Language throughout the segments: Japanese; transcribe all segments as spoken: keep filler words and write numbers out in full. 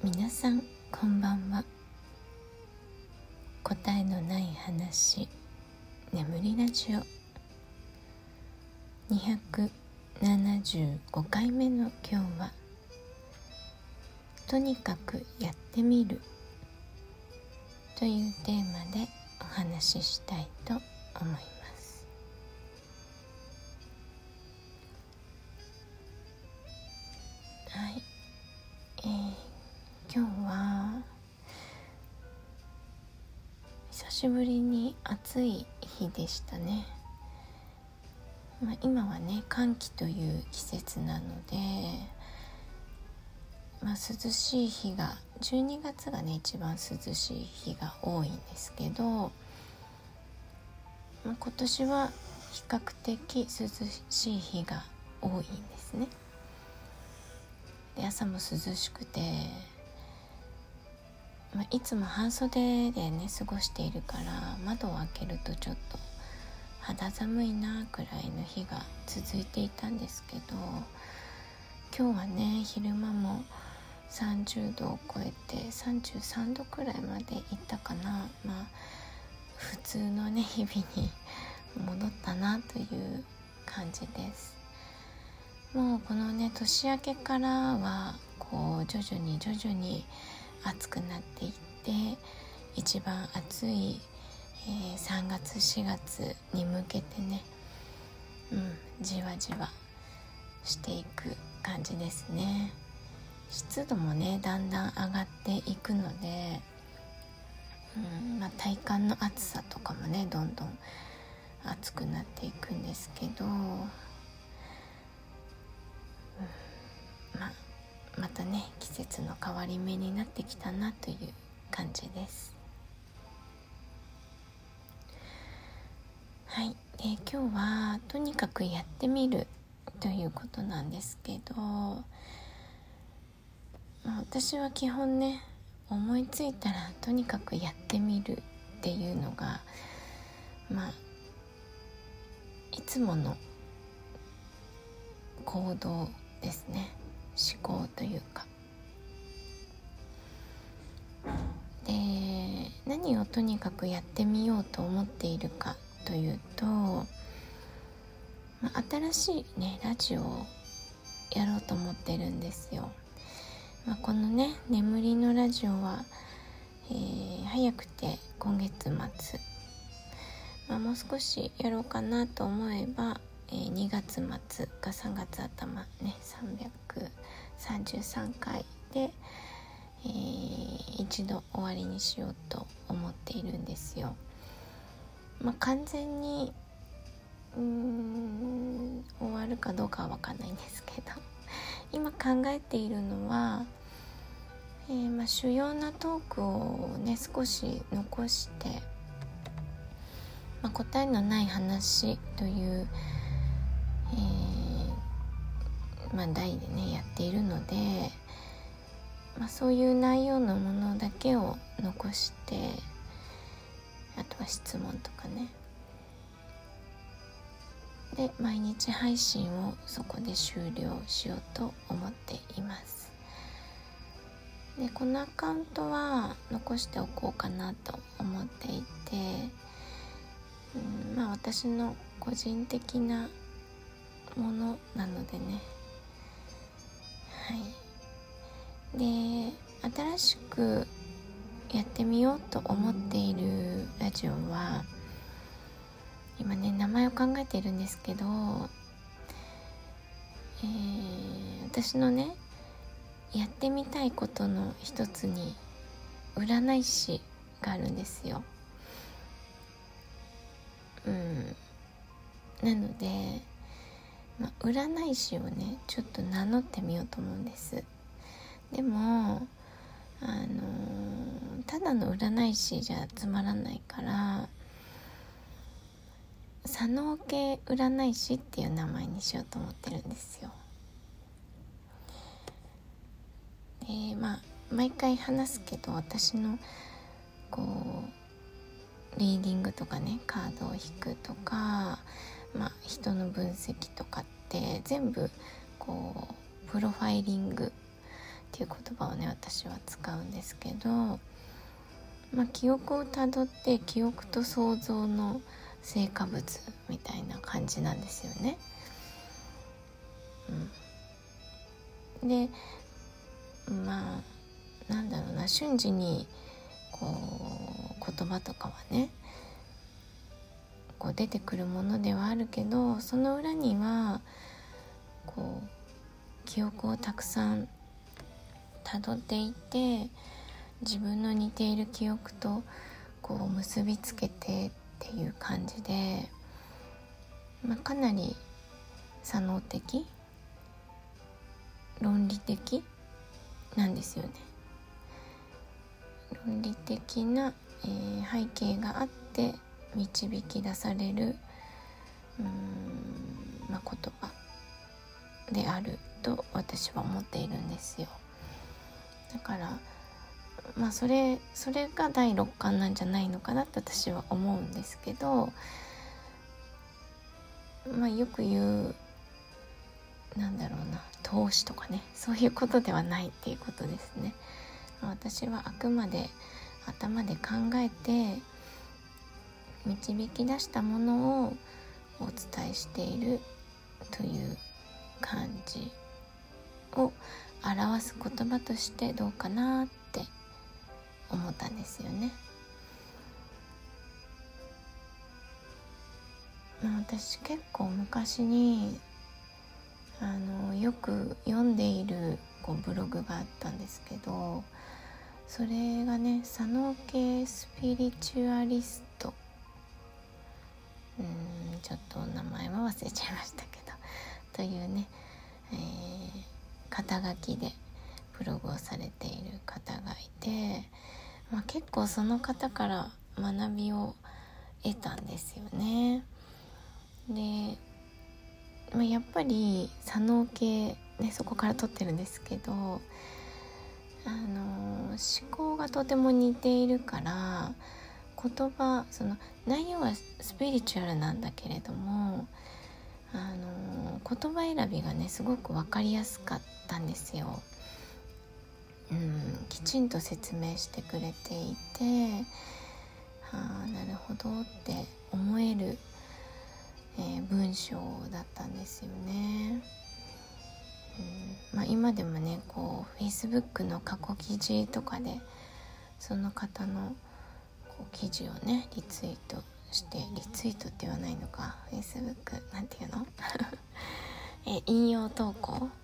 皆さんこんばんは。答えのない話、眠りラジオにひゃくななじゅうごかいめの今日は、とにかくやってみるというテーマでお話ししたいと思います。はい、えー、今日は久しぶりに暑い日でしたね。まあ、今はね乾季という季節なので、まあ、涼しい日がじゅうにがつがね一番涼しい日が多いんですけど、まあ、今年は比較的涼しい日が多いんですね。で朝も涼しくて、まあ、いつも半袖でね過ごしているから窓を開けるとちょっと肌寒いなくらいの日が続いていたんですけど、今日はね昼間もさんじゅうどを超えてさんじゅうさんどくらいまでいったかな。まあ普通のね日々に戻ったなという感じです。もうこのね年明けからはこう徐々に徐々に暑くなっていって、一番暑い、えー、さんがつしがつに向けてね、うん、じわじわしていく感じですね。湿度もねだんだん上がっていくので、うんまあ、体感の暑さとかもねどんどん暑くなっていくんですけど、まあ、またね季節の変わり目になってきたなという感じです。はい、で今日はとにかくやってみるということなんですけど、まあ、私は基本ね思いついたらとにかくやってみるっていうのがまあいつもの行動ですね。思考というかで、何をとにかくやってみようと思っているかというと、まあ、新しいねラジオをやろうと思ってるんですよ。まあ、このね眠りのラジオは、えー、早くて今月末、まあ、もう少しやろうかなと思えば、えー、にがつまつかさんがつあたまねさんびゃくさんじゅうさんかいで、えー、一度終わりにしようと思っているんですよ。まあ、完全にうーん終わるかどうかは分かんないんですけど今考えているのは、えーまあ、主要なトークをね少し残して、まあ、答えのない話という、えーまあ、題でねやっているので、まあ、そういう内容のものだけを残して、あとは質問とかねで毎日配信をそこで終了しようと思っています。でこのアカウントは残しておこうかなと思っていて、うんまあ私の個人的なものなのでね。はいで新しくやってみようと思っているラジオは今ね名前を考えているんですけど、えー、私のねやってみたいことの一つに占い師があるんですよ。うんなので、まあ、占い師をねちょっと名乗ってみようと思うんです。でもあのー、ただの占い師じゃつまらないから左脳系占い師っていう名前にしようと思ってるんですよ。でまあ毎回話すけど、私のこうリーディングとかねカードを引くとか、まあ、人の分析とかって全部こうプロファイリングっていう言葉をね私は使うんですけど、まあ、記憶をたどって記憶と想像の成果物みたいな感じなんですよね。うん、でまあなんだろうな、瞬時にこう言葉とかはねこう出てくるものではあるけど、その裏にはこう記憶をたくさんたどっていて、自分の似ている記憶とこう結びつけてっていう感じで、まあ、かなり左脳的論理的なんですよね。論理的な、えー、背景があって導き出されるうーん、まあ、言葉であると私は思っているんですよ。だからまあそれそれが第六感なんじゃないのかなって私は思うんですけど、まあよく言うなんだろうな、投資とかね、そういうことではないっていうことですね。私はあくまで頭で考えて導き出したものをお伝えしているという感じを表す言葉としてどうかなって思ったんですよね。まあ、私結構昔にあのよく読んでいるこうブログがあったんですけど、それがね左脳系スピリチュアリスト、うーんちょっと名前は忘れちゃいましたけどというね、えー、肩書きでブログをされている方がいて、まあ、結構その方から学びを得たんですよね。で、まあ、やっぱり左脳系、ね、そこから取ってるんですけど、あの思考がとても似ているから言葉、その内容はスピリチュアルなんだけれども、あの言葉選びがねすごく分かりやすかったんですよ。うん、きちんと説明してくれていて、はあなるほどって思える、えー、文章だったんですよね。うんまあ、今でもねこう Facebook の過去記事とかでその方のこう記事をねリツイートしてリツイートって言わないのか Facebook なんていうのえ引用投稿、はい、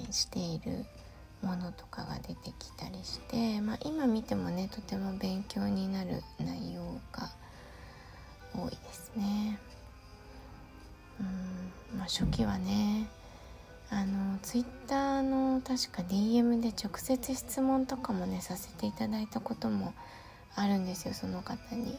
しているものとかが出てきたりして、まあ、今見てもねとても勉強になる内容が多いですね。うん、まあ、初期はねあのツイッターの確か ディーエム で直接質問とかもねさせていただいたこともあるんですよ、その方に。で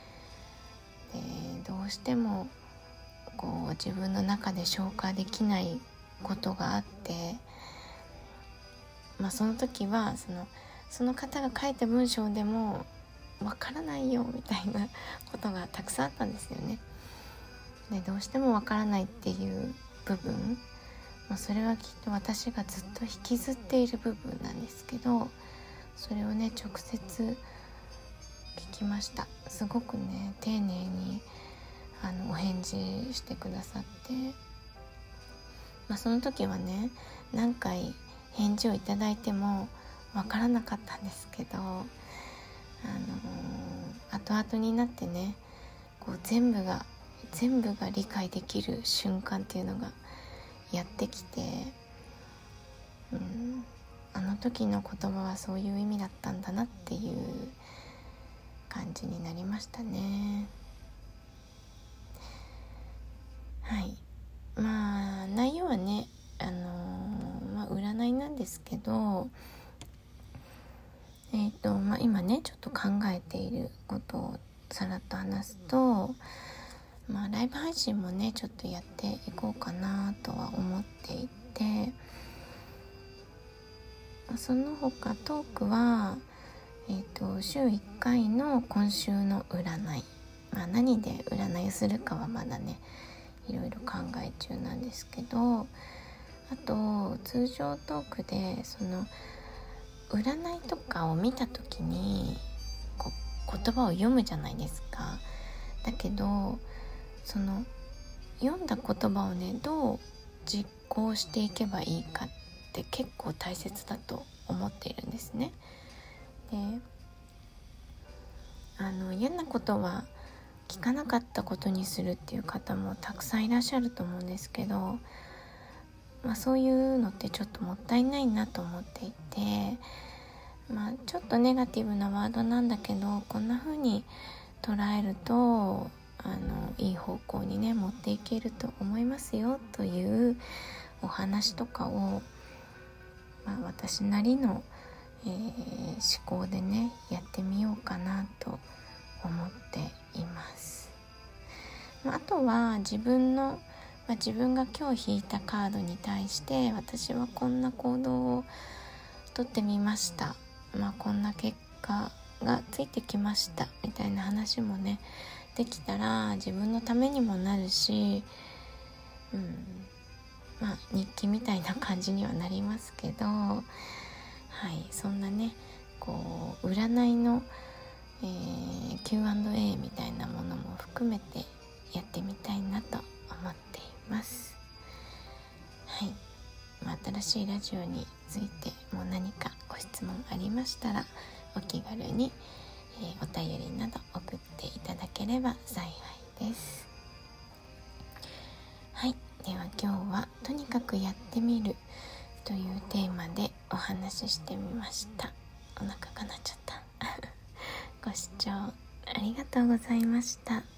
どうしてもこう自分の中で消化できないことがあって、まあ、その時はそのその方が書いた文章でもわからないよみたいなことがたくさんあったんですよね。でどうしてもわからないっていう部分、まあ、それはきっと私がずっと引きずっている部分なんですけど、それをね直接聞きました。すごくね丁寧にあのお返事してくださって、まあ、その時はね何回返事をいただいてもわからなかったんですけど、あのー、後々になってねこう全部が全部が理解できる瞬間っていうのがやってきて、うん、あの時の言葉はそういう意味だったんだなっていう感じになりましたね。はい、まあ内容はねあのー、まあ、占いなんですけど、えーとまあ、今ねちょっと考えていることをさらっと話すと、まあ、ライブ配信もねちょっとやっていこうかなとは思っていて、その他トークは、えーと、週いっかいの今週の占い、まあ、何で占いをするかはまだねいろいろ考え中なんですけど、 あと通常トークでその占いとかを見た時にこう言葉を読むじゃないですか。だけどその読んだ言葉をねどう実行していけばいいかって結構大切だと思っているんですね。で、あの嫌なことは聞かなかったことにするっていう方もたくさんいらっしゃると思うんですけど、まあ、そういうのってちょっともったいないなと思っていて、まあ、ちょっとネガティブなワードなんだけどこんな風に捉えるとあのいい方向にね持っていけると思いますよというお話とかを、まあ、私なりの、えー、思考でねやってみようかなと思っています。まあ、あとは自分の、まあ、自分が今日引いたカードに対して私はこんな行動をとってみました、まあ、こんな結果がついてきましたみたいな話もねできたら自分のためにもなるし、うん、まあ日記みたいな感じにはなりますけど、はい、そんなねこう占いの、えー、キューアンドエー みたいなものも含めてやってみたいなと思っています。はい、まあ、新しいラジオについても何かご質問ありましたらお気軽に、えー、お便りなど送っていただければ幸いです。はい、では今日はとにかくやってみるというテーマでお話ししてみました。お腹が鳴っちゃったご視聴ありがとうございました。